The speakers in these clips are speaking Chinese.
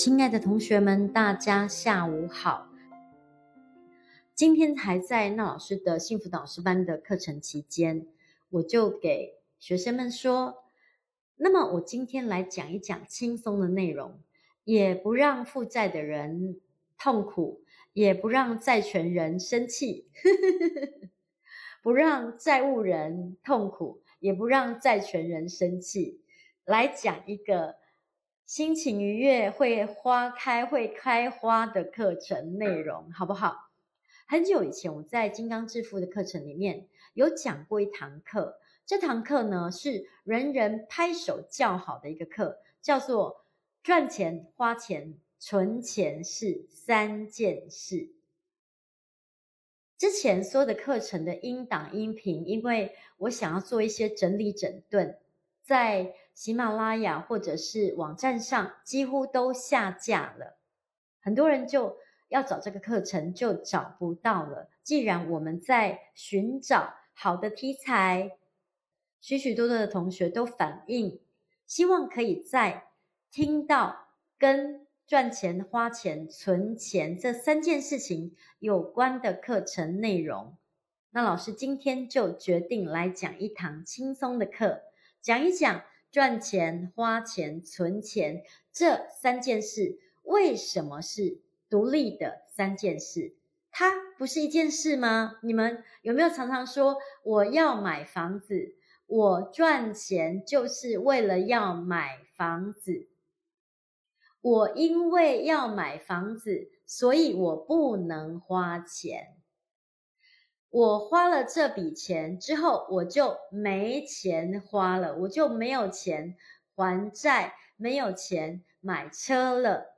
亲爱的同学们，大家下午好。今天还在那老师的幸福导师班的课程期间，我就给学生们说，那么我今天来讲一讲轻松的内容，也不让负债的人痛苦，也不让债权人生气不让债务人痛苦，也不让债权人生气，来讲一个心情愉悦会开花的课程内容，好不好？很久以前我在金刚致富的课程里面有讲过一堂课，这堂课呢是人人拍手叫好的一个课，叫做赚钱、花钱、存钱是3件事。之前所有的课程的音档音频，因为我想要做一些整理整顿，在喜马拉雅或者是网站上几乎都下架了，很多人就要找这个课程就找不到了。既然我们在寻找好的题材，许许多多的同学都反映，希望可以在听到跟赚钱、花钱、存钱这3件事情有关的课程内容。那老师今天就决定来讲一堂轻松的课，讲一讲赚钱、花钱、存钱这3件事为什么是独立的3件事？它不是一件事吗？你们有没有常常说我要买房子，我赚钱就是为了要买房子，我因为要买房子，所以我不能花钱，我花了这笔钱之后，我就没钱花了，我就没有钱还债，没有钱买车了，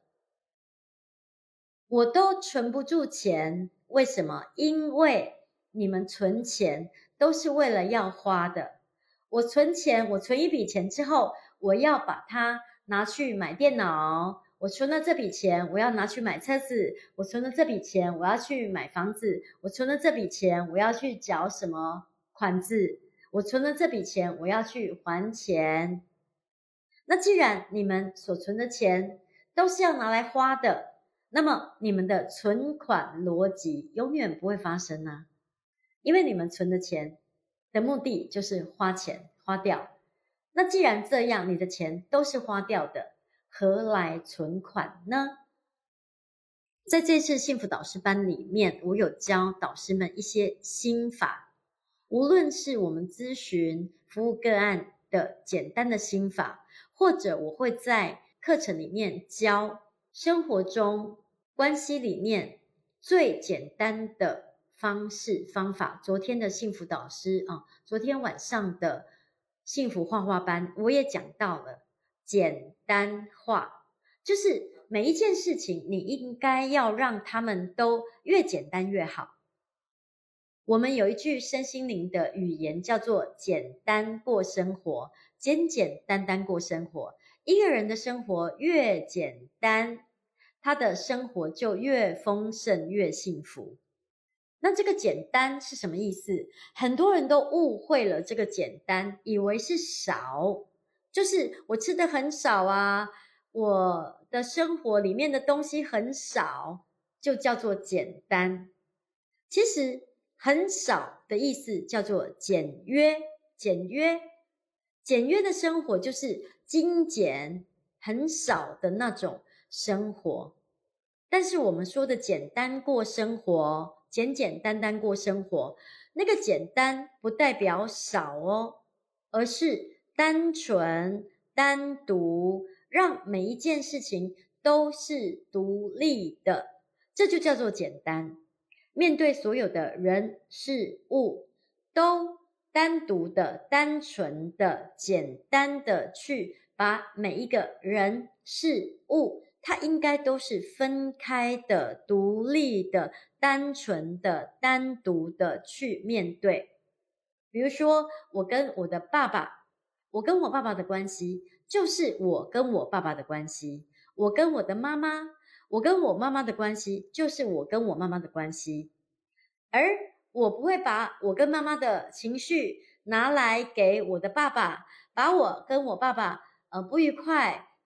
我都存不住钱。为什么？因为你们存钱都是为了要花的。我存钱，我存一笔钱之后，我要把它拿去买电脑，我存了这笔钱，我要拿去买车子，我存了这笔钱，我要去买房子，我存了这笔钱，我要去缴什么款子，我存了这笔钱，我要去还钱。那既然你们所存的钱都是要拿来花的，那么你们的存款逻辑永远不会发生啊，因为你们存的钱的目的就是花钱花掉。那既然这样，你的钱都是花掉的，何来存款呢？在这次幸福导师班里面，我有教导师们一些心法，无论是我们咨询服务个案的简单的心法，或者我会在课程里面教生活中关系里面最简单的方法。昨天的幸福导师昨天晚上的幸福画画班我也讲到了简单化，就是每一件事情你应该要让他们都越简单越好。我们有一句身心灵的语言叫做简单过生活，简简单单过生活。一个人的生活越简单，他的生活就越丰盛越幸福。那这个简单是什么意思？很多人都误会了这个简单，以为是少，就是我吃的很少啊，我的生活里面的东西很少，就叫做简单。其实很少的意思叫做简约，简约的生活就是精简，很少的那种生活。但是我们说的简单过生活，简简单单过生活，那个简单不代表少哦，而是单纯、单独，让每一件事情都是独立的，这就叫做简单。面对所有的人事物，都单独的、单纯的、简单的去把每一个人事物，它应该都是分开的、独立的、单纯的、单独的去面对。比如说我跟我爸爸的关系就是我跟我爸爸的关系，我跟我的妈妈，我跟我妈妈的关系就是我跟我妈妈的关系。而我不会把我跟妈妈的情绪拿来给我的爸爸，把我跟我爸爸不愉快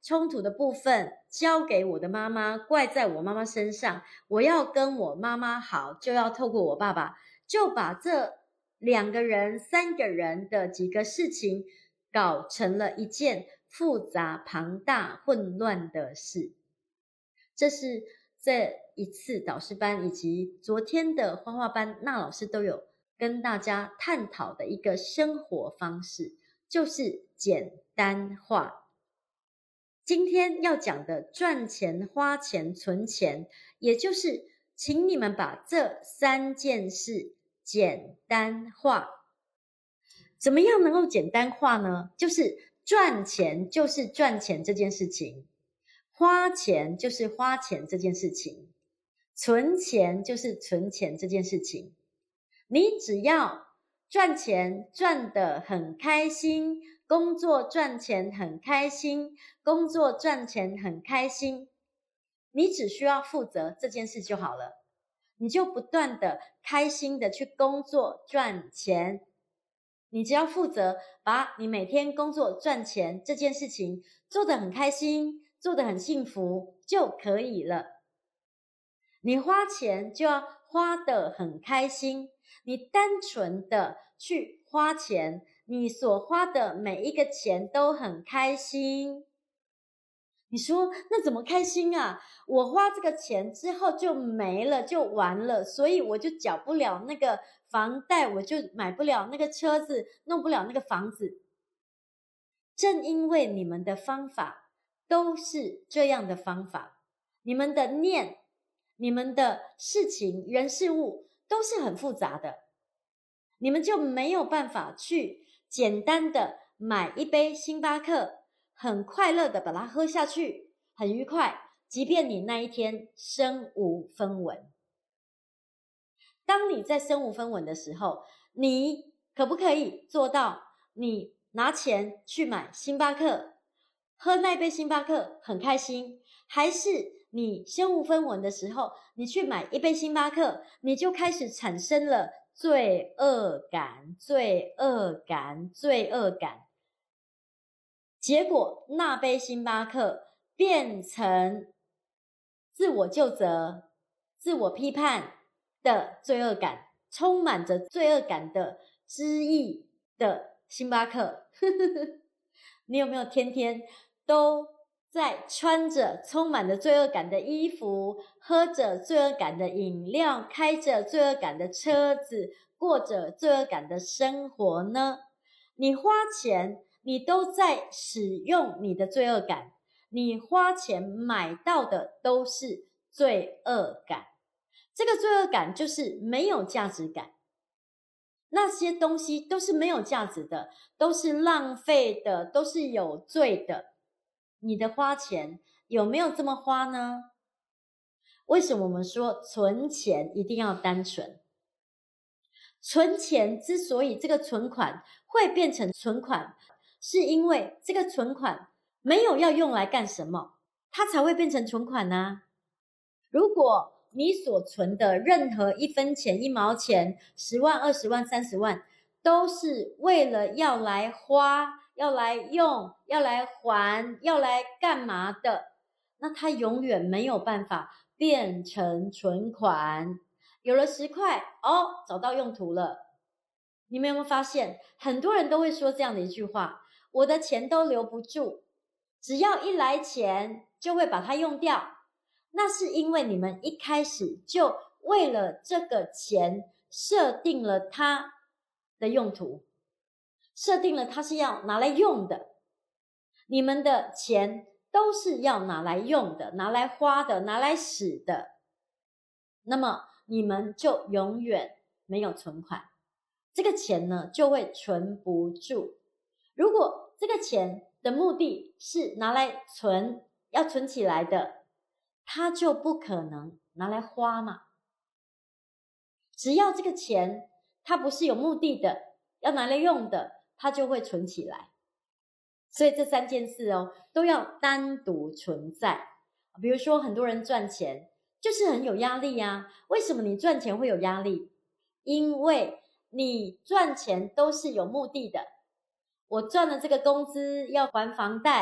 冲突的部分交给我的妈妈，怪在我妈妈身上，我要跟我妈妈好，就要透过我爸爸，就把这2个人、3个人的几个事情搞成了一件复杂、庞大、混乱的事。这是这一次导师班以及昨天的画画班，那老师都有跟大家探讨的一个生活方式，就是简单化。今天要讲的赚钱、花钱、存钱，也就是请你们把这3件事简单化。怎么样能够简单化呢？就是赚钱就是赚钱这件事情，花钱就是花钱这件事情，存钱就是存钱这件事情。你只要赚钱赚得很开心，工作赚钱很开心，工作赚钱很开心，你只需要负责这件事就好了。你就不断的开心的去工作赚钱，你只要负责把你每天工作赚钱这件事情做得很开心，做得很幸福就可以了。你花钱就要花得很开心，你单纯的去花钱，你所花的每一个钱都很开心。你说那怎么开心啊？我花这个钱之后就没了，就完了，所以我就缴不了那个房贷，我就买不了那个车子，弄不了那个房子。正因为你们的方法都是这样的方法，你们的念，你们的事情、人事物都是很复杂的，你们就没有办法去简单的买一杯星巴克，很快乐的把它喝下去，很愉快，即便你那一天身无分文。当你在身无分文的时候，你可不可以做到你拿钱去买星巴克，喝那杯星巴克很开心，还是你身无分文的时候，你去买一杯星巴克，你就开始产生了罪恶感，罪恶感，罪恶感。结果那杯星巴克变成自我究责、自我批判的罪恶感，充满着罪恶感的汁液的星巴克。你有没有天天都在穿着充满着罪恶感的衣服，喝着罪恶感的饮料，开着罪恶感的车子，过着罪恶感的生活呢？你花钱，你都在使用你的罪恶感，你花钱买到的都是罪恶感。这个罪恶感就是没有价值感，那些东西都是没有价值的，都是浪费的，都是有罪的。你的花钱有没有这么花呢？为什么我们说存钱一定要单纯？存钱之所以这个存款会变成存款，是因为这个存款没有要用来干什么，它才会变成存款啊。如果你所存的任何1分钱、1毛钱、10万、20万、30万，都是为了要来花、要来用、要来还、要来干嘛的，那它永远没有办法变成存款。有了10块，哦，找到用途了。你们有没有发现，很多人都会说这样的一句话：我的钱都留不住，只要一来钱就会把它用掉。那是因为你们一开始就为了这个钱设定了它的用途，设定了它是要拿来用的。你们的钱都是要拿来用的，拿来花的，拿来使的。那么你们就永远没有存款，这个钱呢就会存不住。如果这个钱的目的是拿来存，要存起来的，它就不可能拿来花嘛。只要这个钱它不是有目的的，要拿来用的，它就会存起来。所以这3件事都要单独存在。比如说很多人赚钱就是很有压力啊。为什么你赚钱会有压力？因为你赚钱都是有目的的。我赚了这个工资要还房贷，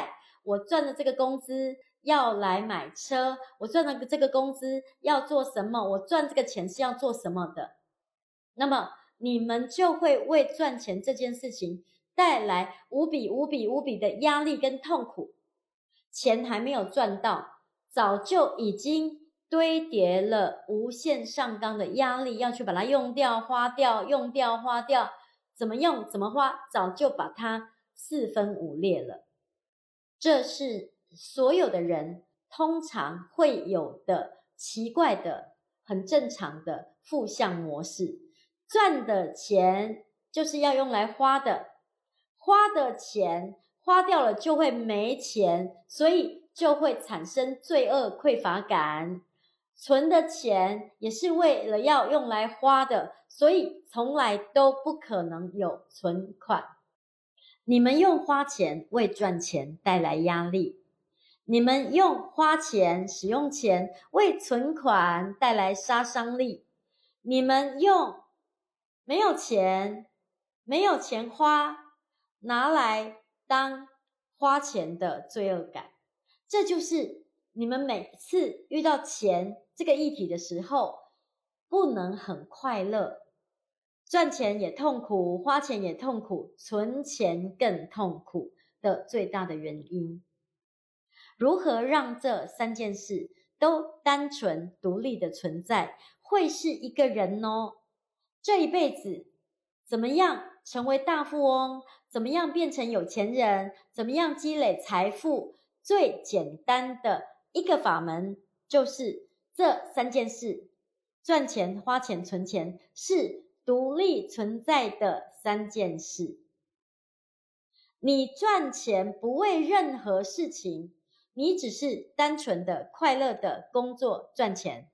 我赚的这个工资要来买车，我赚的这个工资要做什么，我赚这个钱是要做什么的。那么你们就会为赚钱这件事情带来无比的压力跟痛苦。钱还没有赚到，早就已经堆叠了无限上纲的压力，要去把它用掉花掉，用掉花掉，怎么用怎么花，早就把它四分五裂了。这是所有的人通常会有的奇怪的很正常的负向模式。赚的钱就是要用来花的，花的钱花掉了就会没钱，所以就会产生罪恶匮乏感。存的钱也是为了要用来花的，所以从来都不可能有存款。你们用花钱为赚钱带来压力，你们用花钱使用钱为存款带来杀伤力，你们用没有钱花拿来当花钱的罪恶感。这就是你们每次遇到钱这个议题的时候不能很快乐，赚钱也痛苦，花钱也痛苦，存钱更痛苦的最大的原因。如何让这三件事都单纯独立的存在，会是一个人哦，这一辈子怎么样成为大富翁，怎么样变成有钱人，怎么样积累财富，最简单的一个法门就是这三件事：赚钱、花钱、存钱，是独立存在的三件事。你赚钱不为任何事情，你只是单纯的快乐的工作赚钱。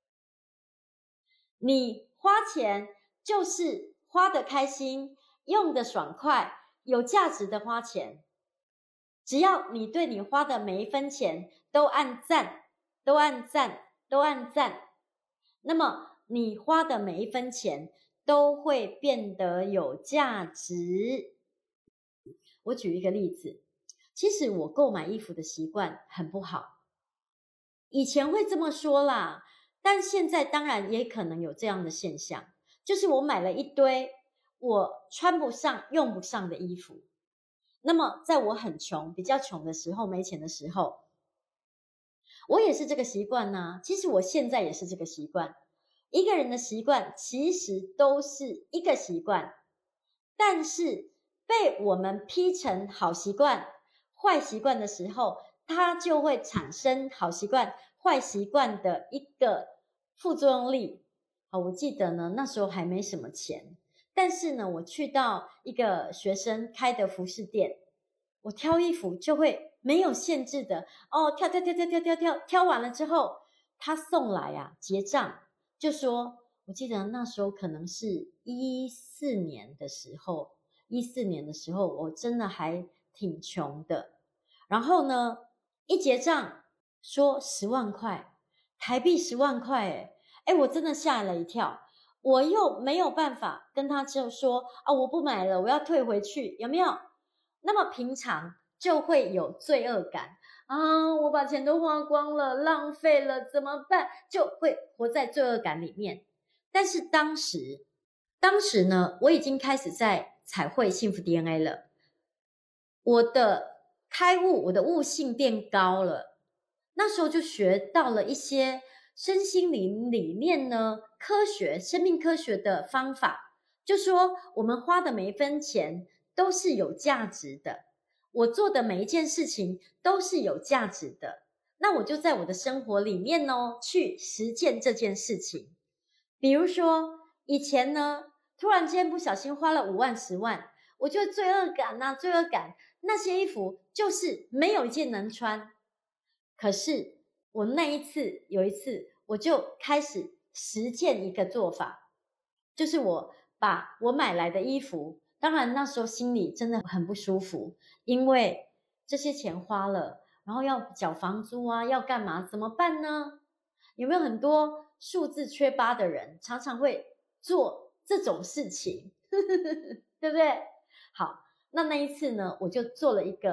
你花钱就是花得开心，用得爽快，有价值的花钱。只要你对你花的每一分钱都按赞，都按赞，都按赞，那么你花的每一分钱都会变得有价值。我举一个例子，其实我购买衣服的习惯很不好，以前会这么说啦，但现在当然也可能有这样的现象，就是我买了一堆我穿不上、用不上的衣服。那么在我很穷、比较穷的时候、没钱的时候，我也是这个习惯呢。其实我现在也是这个习惯。一个人的习惯其实都是一个习惯，但是被我们批成好习惯、坏习惯的时候，它就会产生好习惯、坏习惯的一个副作用力。我记得呢，那时候还没什么钱，但是呢，我去到一个学生开的服饰店，我挑衣服就会没有限制的挑完了之后，他送来结账，就说，我记得那时候可能是14年的时候我真的还挺穷的。然后呢，一结账说10万块，台币10万块，我真的吓了一跳。我又没有办法跟他就说我不买了，我要退回去，有没有？那么平常就会有罪恶感我把钱都花光了，浪费了，怎么办？就会活在罪恶感里面。但是当时呢，我已经开始在彩绘幸福 DNA 了，我的开悟，我的悟性变高了。那时候就学到了一些身心灵里面呢，生命科学的方法，就说我们花的每一分钱都是有价值的，我做的每一件事情都是有价值的。那我就在我的生活里面呢，去实践这件事情。比如说以前呢，突然间不小心花了5万10万，我就罪恶感那些衣服就是没有一件能穿。可是我有一次我就开始实践一个做法，就是我把我买来的衣服，当然那时候心里真的很不舒服，因为这些钱花了，然后要缴房租要干嘛，怎么办呢？有没有很多数字缺8的人常常会做这种事情对不对？好，那一次呢，我就做了一个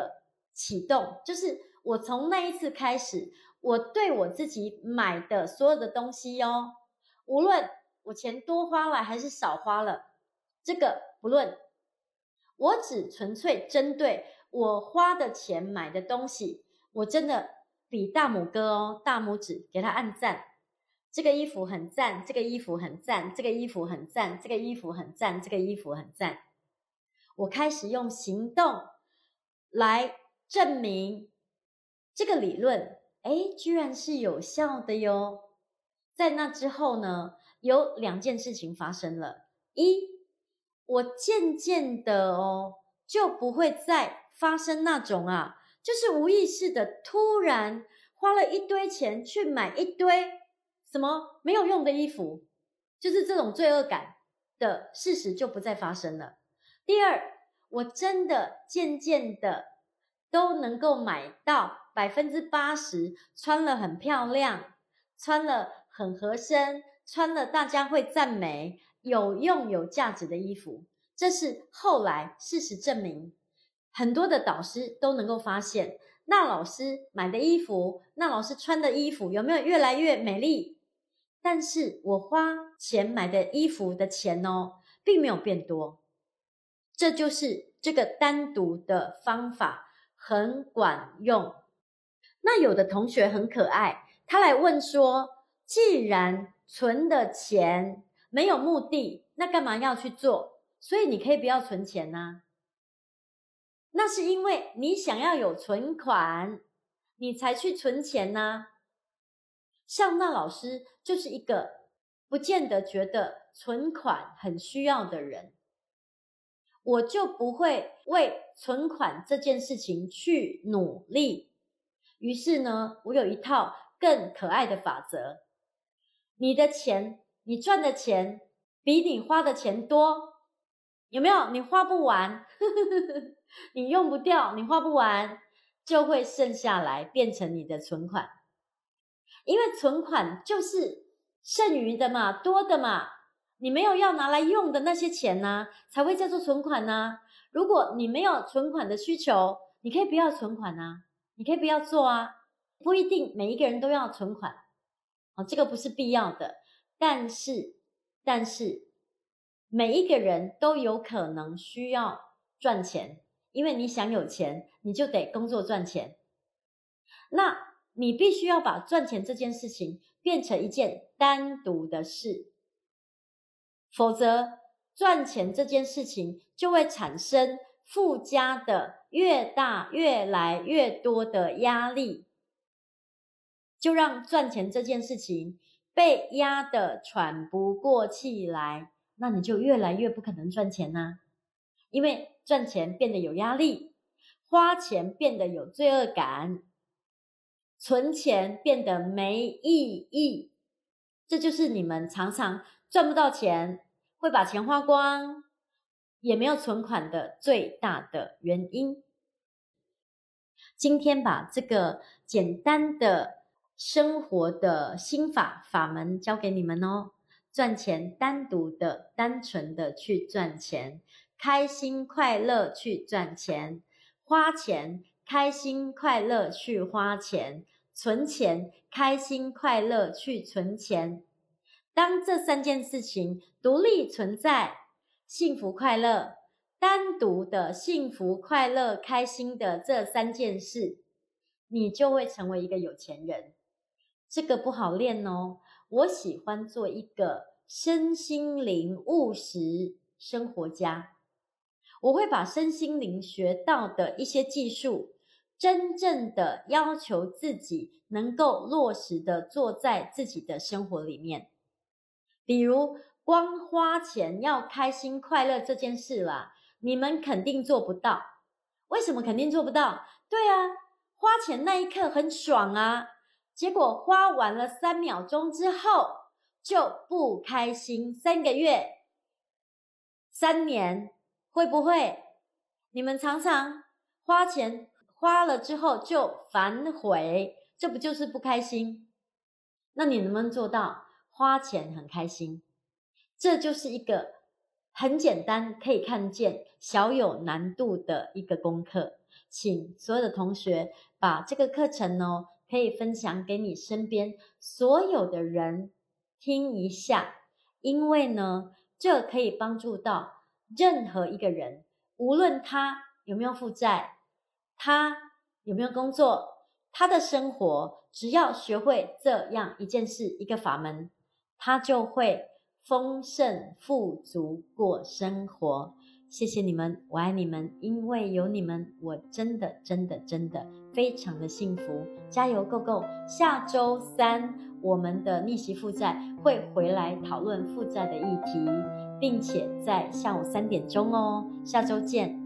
启动，就是我从那一次开始，我对我自己买的所有的东西哦，无论我钱多花了还是少花了，这个不论，我只纯粹针对我花的钱买的东西，我真的比大拇哥哦，大拇指给他按赞。这个衣服很赞，这个衣服很赞，这个衣服很赞，这个衣服很赞，这个衣服很赞。我开始用行动来证明这个理论，居然是有效的哟。在那之后呢，有2件事情发生了。一，我渐渐的就不会再发生那种就是无意识的突然花了一堆钱去买一堆什么没有用的衣服，就是这种罪恶感的事实就不再发生了。第二，我真的渐渐的都能够买到80%穿了很漂亮，穿了很合身，穿了大家会赞美，有用有价值的衣服。这是后来事实证明，很多的导师都能够发现，那老师买的衣服，那老师穿的衣服有没有越来越美丽？但是我花钱买的衣服的钱并没有变多。这就是这个单独的方法很管用。那有的同学很可爱，他来问说，既然存的钱没有目的，那干嘛要去做？所以你可以不要存钱啊。那是因为你想要有存款，你才去存钱啊。像那老师就是一个不见得觉得存款很需要的人，我就不会为存款这件事情去努力。于是呢，我有一套更可爱的法则，你的钱，你赚的钱比你花的钱多，有没有？你花不完你用不掉，你花不完，就会剩下来变成你的存款。因为存款就是剩余的嘛，多的嘛，你没有要拿来用的那些钱呢，才会叫做存款呢。如果你没有存款的需求，你可以不要存款啊，你可以不要做啊，不一定每一个人都要存款，这个不是必要的。但是每一个人都有可能需要赚钱，因为你想有钱，你就得工作赚钱。那你必须要把赚钱这件事情变成一件单独的事，否则赚钱这件事情就会产生附加的越大越来越多的压力，就让赚钱这件事情被压得喘不过气来，那你就越来越不可能赚钱啊。因为赚钱变得有压力，花钱变得有罪恶感，存钱变得没意义，这就是你们常常赚不到钱，会把钱花光，也没有存款的最大的原因。今天把这个简单的生活的心法法门教给你们哦。赚钱单独的单纯的去赚钱，开心快乐去赚钱，花钱开心快乐去花钱，存钱开心快乐去存钱。当这3件事情独立存在，幸福快乐单独的幸福快乐开心的这3件事，你就会成为一个有钱人。这个不好练哦，我喜欢做一个身心灵务实生活家。我会把身心灵学到的一些技术，真正的要求自己能够落实的做在自己的生活里面。比如光花钱要开心快乐这件事啦，你们肯定做不到。为什么肯定做不到？对啊，花钱那一刻很爽啊，结果花完了3秒钟之后就不开心，3个月、3年，会不会？你们常常花钱花了之后就反悔，这不就是不开心？那你能不能做到花钱很开心？这就是一个很简单，可以看见小有难度的一个功课。请所有的同学把这个课程呢，可以分享给你身边所有的人听一下，因为呢，这可以帮助到任何一个人，无论他有没有负债，他有没有工作，他的生活只要学会这样一件事，一个法门，他就会丰盛富足过生活。谢谢你们，我爱你们，因为有你们，我真的非常的幸福。加油 ，Go Go！下周3我们的逆袭负债会回来讨论负债的议题，并且在下午3点钟哦，下周见。